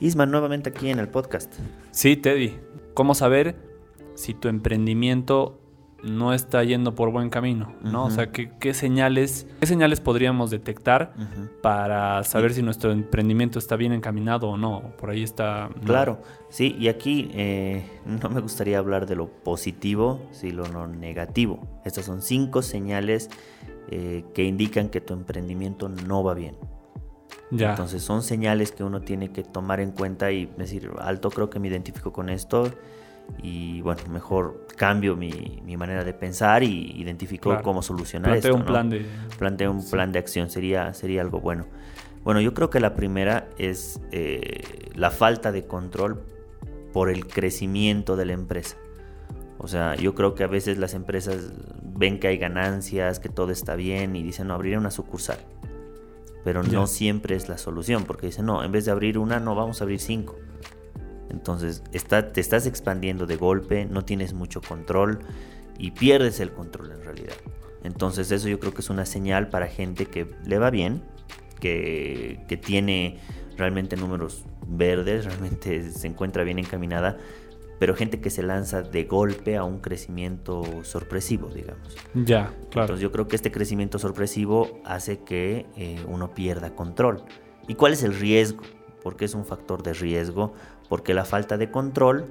Isma, nuevamente aquí en el podcast. Sí, Teddy. ¿Cómo saber si tu emprendimiento no está yendo por buen camino, ¿no? O sea, ¿qué señales podríamos detectar para saber si nuestro emprendimiento está bien encaminado o no? Por ahí está... ¿no? Claro, sí, y aquí no me gustaría hablar de lo positivo, sino lo negativo. Estas son 5 señales que indican que tu emprendimiento no va bien. Ya. Entonces son señales que uno tiene que tomar en cuenta y decir, alto, creo que me identifico con esto. Y bueno, mejor cambio mi manera de pensar y identifico cómo solucionar esto, ¿no? Planteo un plan de acción, sería algo bueno. Bueno, yo creo que la primera es la falta de control por el crecimiento de la empresa. O sea, yo creo que a veces las empresas ven que hay ganancias, que todo está bien y dicen, no, abriré una sucursal. Pero no siempre es la solución, porque dicen, no, en vez de abrir una, no, vamos a abrir 5. Entonces te estás expandiendo de golpe, no tienes mucho control y pierdes el control en realidad. Entonces eso yo creo que es una señal para gente que le va bien, que tiene realmente números verdes, realmente se encuentra bien encaminada, pero gente que se lanza de golpe a un crecimiento sorpresivo, digamos. Ya, claro. Entonces yo creo que este crecimiento sorpresivo hace que uno pierda control. ¿Y cuál es el riesgo? Porque es un factor de riesgo, porque la falta de control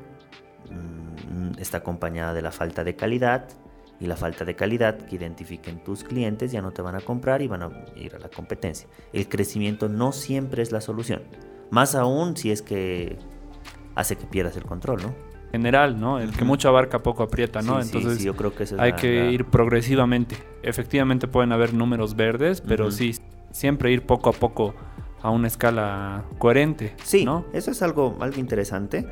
está acompañada de la falta de calidad, y la falta de calidad que identifiquen tus clientes ya no te van a comprar y van a ir a la competencia. El crecimiento no siempre es la solución, más aún si es que hace que pierdas el control, ¿no? General, ¿no? El que mucho abarca poco aprieta, ¿no? Entonces sí, yo creo que hay que ir progresivamente. Efectivamente pueden haber números verdes, pero sí, siempre ir poco a poco a una escala coherente, sí, ¿no? Eso es algo interesante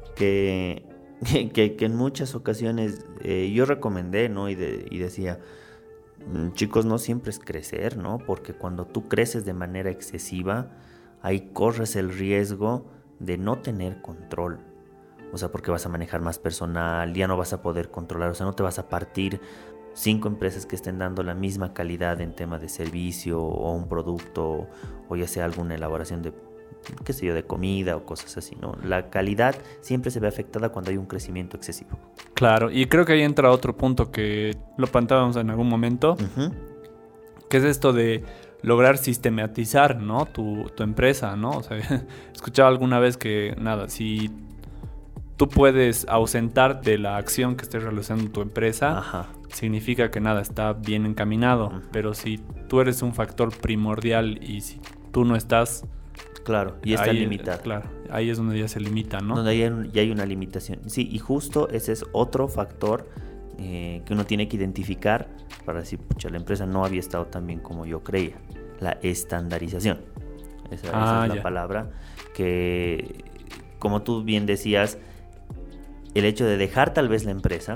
que en muchas ocasiones yo recomendé, ¿no? Y decía, chicos, no siempre es crecer, ¿no? Porque cuando tú creces de manera excesiva, ahí corres el riesgo de no tener control. O sea, porque vas a manejar más personal, ya no vas a poder controlar, o sea, no te vas a partir 5 empresas que estén dando la misma calidad en tema de servicio o un producto, o ya sea alguna elaboración de, qué sé yo, de comida o cosas así, ¿no? La calidad siempre se ve afectada cuando hay un crecimiento excesivo. Claro, y creo que ahí entra otro punto que lo planteábamos en algún momento, que es esto de lograr sistematizar, ¿no? Tu empresa, ¿no? O sea, escuchaba alguna vez que, nada, si tú puedes ausentarte de la acción que estés realizando tu empresa, significa que nada, está bien encaminado. Pero si tú eres un factor primordial y si tú no estás... Claro, y está limitado. Claro, ahí es donde ya se limita, ¿no? Donde ya hay una limitación. Sí, y justo ese es otro factor que uno tiene que identificar para decir, pucha, la empresa no había estado tan bien como yo creía. La estandarización. Esa es la palabra que, como tú bien decías, el hecho de dejar tal vez la empresa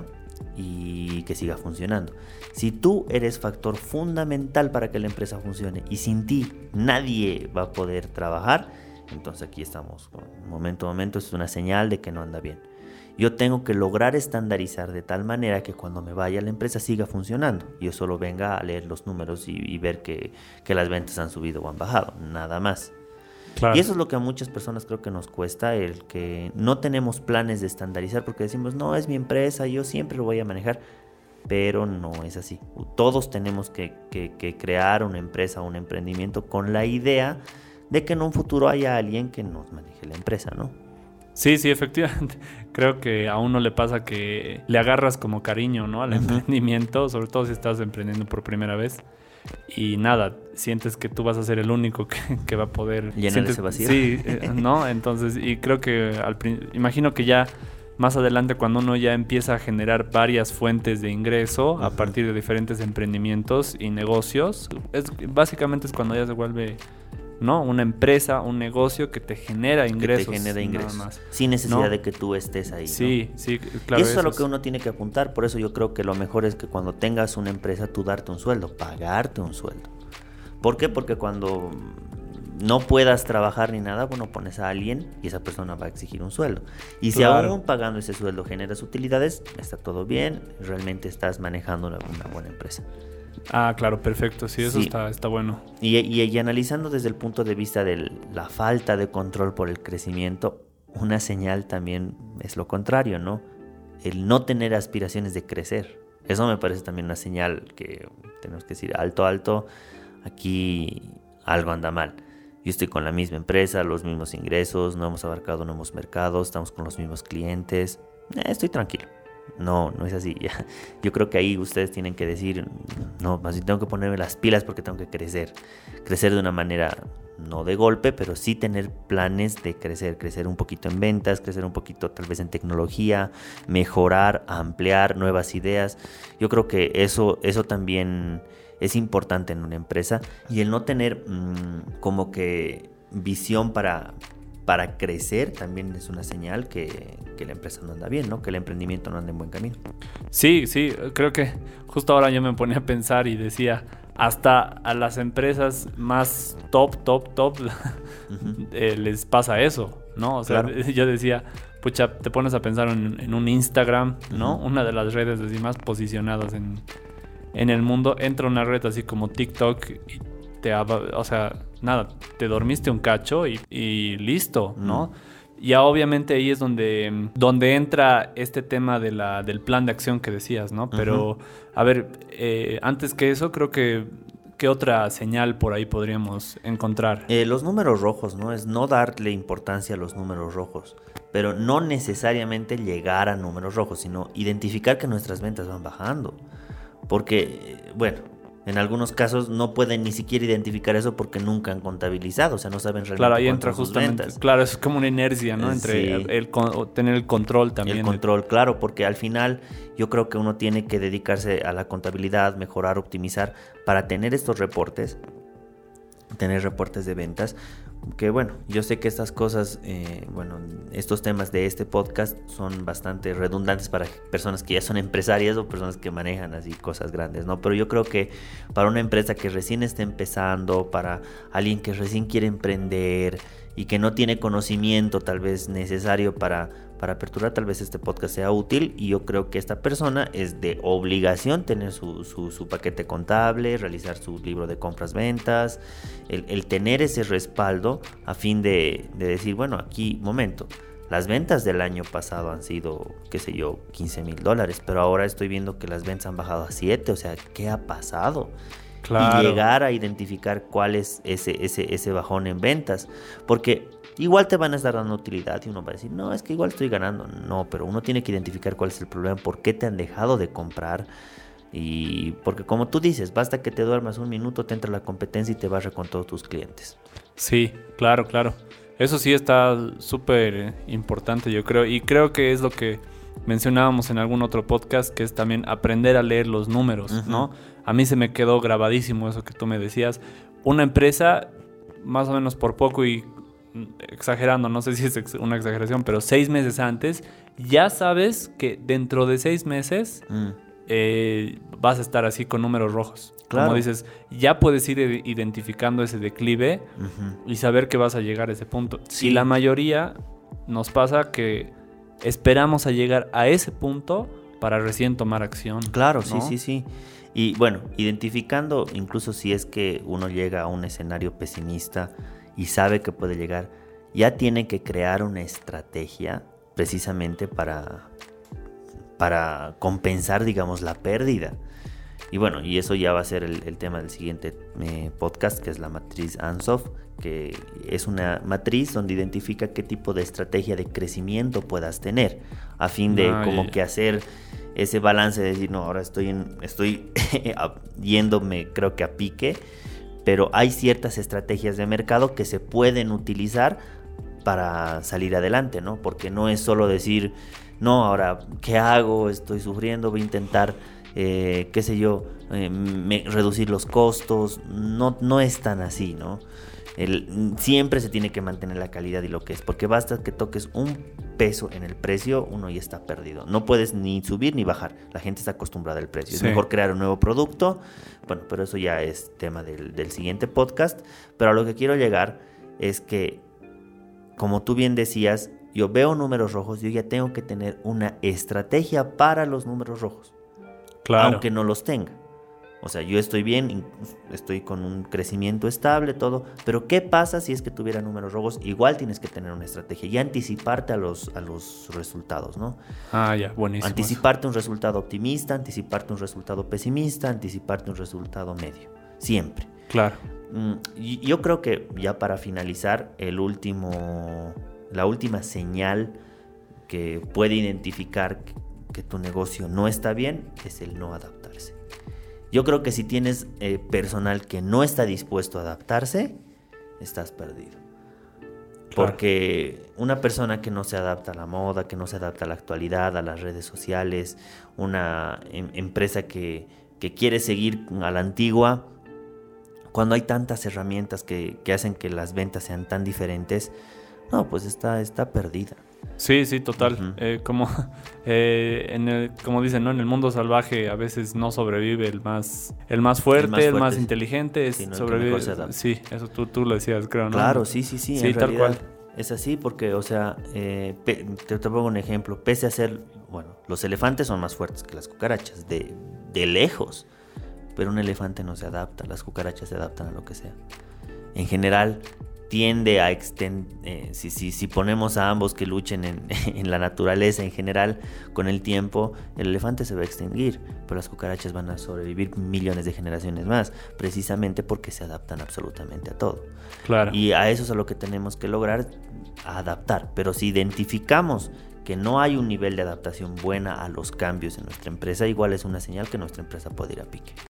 y que siga funcionando. Si tú eres factor fundamental para que la empresa funcione y sin ti nadie va a poder trabajar, entonces aquí estamos. Momento, es una señal de que no anda bien. Yo tengo que lograr estandarizar de tal manera que cuando me vaya la empresa siga funcionando. Yo solo venga a leer los números y ver que las ventas han subido o han bajado, nada más. Claro. Y eso es lo que a muchas personas creo que nos cuesta, el que no tenemos planes de estandarizar porque decimos, no, es mi empresa, yo siempre lo voy a manejar, pero no es así. Todos tenemos que crear una empresa o un emprendimiento con la idea de que en un futuro haya alguien que nos maneje la empresa, ¿no? Sí, efectivamente. Creo que a uno le pasa que le agarras como cariño, ¿no? Al emprendimiento, sobre todo si estás emprendiendo por primera vez. Y nada, sientes que tú vas a ser el único que va a poder llenar ese vacío. Sí, ¿no? Entonces, y creo que imagino que ya más adelante, cuando uno ya empieza a generar varias fuentes de ingreso a partir de diferentes emprendimientos y negocios, básicamente es cuando ya se vuelve, ¿no? Una empresa, un negocio que te genera ingresos. Nada más. Sin necesidad de que tú estés ahí. Sí, ¿no? sí, claro. Y eso es a lo que uno tiene que apuntar. Por eso yo creo que lo mejor es que cuando tengas una empresa, tú darte un sueldo, pagarte un sueldo. ¿Por qué? Porque cuando no puedas trabajar ni nada, bueno, pones a alguien y esa persona va a exigir un sueldo. Y si aún pagando ese sueldo generas utilidades, está todo bien, realmente estás manejando una buena empresa. Ah, claro, perfecto. Sí, eso Sí. está bueno. Y analizando desde el punto de vista de la falta de control por el crecimiento, una señal también es lo contrario, ¿no? El no tener aspiraciones de crecer. Eso me parece también una señal que tenemos que decir alto, alto, aquí algo anda mal. Yo estoy con la misma empresa, los mismos ingresos, no hemos abarcado nuevos mercados, estamos con los mismos clientes. Estoy tranquilo. No, no es así. Yo creo que ahí ustedes tienen que decir, no, más bien tengo que ponerme las pilas porque tengo que crecer. Crecer de una manera, no de golpe, pero sí tener planes de crecer. Crecer un poquito en ventas, crecer un poquito tal vez en tecnología, mejorar, ampliar nuevas ideas. Yo creo que eso también es importante en una empresa. Y el no tener como que visión para crecer también es una señal que la empresa no anda bien, ¿no? Que el emprendimiento no anda en buen camino. Sí, creo que justo ahora yo me ponía a pensar y decía, hasta a las empresas más top, Uh-huh. les pasa eso, ¿no? O sea, Claro. yo decía, pucha, te pones a pensar en un Instagram, ¿no? Uh-huh. Una de las redes así más posicionadas en el mundo. Entra una red así como TikTok y o sea, nada, te dormiste un cacho y listo, ¿no? Ya obviamente ahí es donde entra este tema del plan de acción que decías, ¿no? Pero, a ver, antes que eso, creo que ¿qué otra señal por ahí podríamos encontrar? Los números rojos, ¿no? Es no darle importancia a los números rojos, pero no necesariamente llegar a números rojos, sino identificar que nuestras ventas van bajando. Porque, bueno, en algunos casos no pueden ni siquiera identificar eso porque nunca han contabilizado, o sea, no saben realmente Claro, ahí cuántas entra son sus justamente, ventas. claro, es como una inercia, ¿no? Entre Sí. tener el control también. El control, claro, porque al final yo creo que uno tiene que dedicarse a la contabilidad, mejorar, optimizar, para tener estos reportes, tener reportes de ventas. Que bueno, yo sé que estas cosas, estos temas de este podcast son bastante redundantes para personas que ya son empresarias o personas que manejan así cosas grandes, ¿no? Pero yo creo que para una empresa que recién está empezando, para alguien que recién quiere emprender y que no tiene conocimiento tal vez necesario para aperturar, tal vez este podcast sea útil. Y yo creo que esta persona es de obligación tener su paquete contable, realizar su libro de compras-ventas, el tener ese respaldo a fin de decir, bueno, aquí, momento, las ventas del año pasado han sido, qué sé yo, $15,000, pero ahora estoy viendo que las ventas han bajado a 7, o sea, ¿qué ha pasado? Claro. Y llegar a identificar cuál es ese bajón en ventas, porque igual te van a estar dando utilidad y uno va a decir, no, es que igual estoy ganando. No, pero uno tiene que identificar cuál es el problema, por qué te han dejado de comprar. Y porque como tú dices, basta que te duermas un minuto, te entra la competencia y te barre con todos tus clientes. Sí, claro. Eso sí está súper importante, yo creo. Y creo que es lo que mencionábamos en algún otro podcast, que es también aprender a leer los números, ¿no? A mí se me quedó grabadísimo eso que tú me decías. Una empresa, más o menos por poco y exagerando, no sé si es una exageración, pero 6 meses antes, ya sabes que dentro de 6 meses vas a estar así con números rojos. Claro. Como dices, ya puedes ir identificando ese declive y saber que vas a llegar a ese punto. Sí. Y la mayoría nos pasa que esperamos a llegar a ese punto para recién tomar acción. Claro, ¿no? sí. Y bueno, identificando, incluso si es que uno llega a un escenario pesimista y sabe que puede llegar, ya tiene que crear una estrategia precisamente para compensar, digamos, la pérdida. Y bueno, y eso ya va a ser el tema del siguiente podcast, que es la matriz Ansoff, que es una matriz donde identifica qué tipo de estrategia de crecimiento puedas tener, a fin de que hacer ese balance de decir, no, ahora estoy yéndome, creo que a pique, pero hay ciertas estrategias de mercado que se pueden utilizar para salir adelante, ¿no? Porque no es solo decir, no, ahora, ¿qué hago? Estoy sufriendo, voy a intentar, qué sé yo, reducir los costos. No es tan así, ¿no? Siempre se tiene que mantener la calidad y lo que es, porque basta que toques un peso en el precio, uno ya está perdido. No puedes ni subir ni bajar, la gente está acostumbrada al precio. Sí. Es mejor crear un nuevo producto, bueno, pero eso ya es tema del siguiente podcast. Pero a lo que quiero llegar es que, como tú bien decías, yo veo números rojos, yo ya tengo que tener una estrategia para los números rojos. Claro. Aunque no los tenga. O sea, yo estoy bien, estoy con un crecimiento estable, todo, pero ¿qué pasa si es que tuviera números rojos? Igual tienes que tener una estrategia y anticiparte a los resultados, ¿no? Ah, ya, buenísimo. Anticiparte un resultado optimista, anticiparte un resultado pesimista, anticiparte un resultado medio, siempre. Claro. Y yo creo que ya para finalizar, la última señal que puede identificar que tu negocio no está bien es el no adaptarse. Yo creo que si tienes personal que no está dispuesto a adaptarse, estás perdido. Claro. Porque una persona que no se adapta a la moda, que no se adapta a la actualidad, a las redes sociales, una empresa que quiere seguir a la antigua, cuando hay tantas herramientas que hacen que las ventas sean tan diferentes, no, pues está perdida. Sí, total. Uh-huh. Como dicen, ¿no? En el mundo salvaje a veces no sobrevive el más fuerte, el más inteligente, sí, no, sobrevive. Sí, eso tú lo decías, creo, ¿no? Claro, sí. Sí, tal cual. Es así porque, o sea, te pongo un ejemplo. Pese a ser, bueno, los elefantes son más fuertes que las cucarachas, de lejos. Pero un elefante no se adapta, las cucarachas se adaptan a lo que sea. En general, tiende a extender, si ponemos a ambos que luchen en la naturaleza en general, con el tiempo, el elefante se va a extinguir, pero las cucarachas van a sobrevivir millones de generaciones más, precisamente porque se adaptan absolutamente a todo. Claro. Y a eso es a lo que tenemos que lograr, adaptar. Pero si identificamos que no hay un nivel de adaptación buena a los cambios en nuestra empresa, igual es una señal que nuestra empresa puede ir a pique.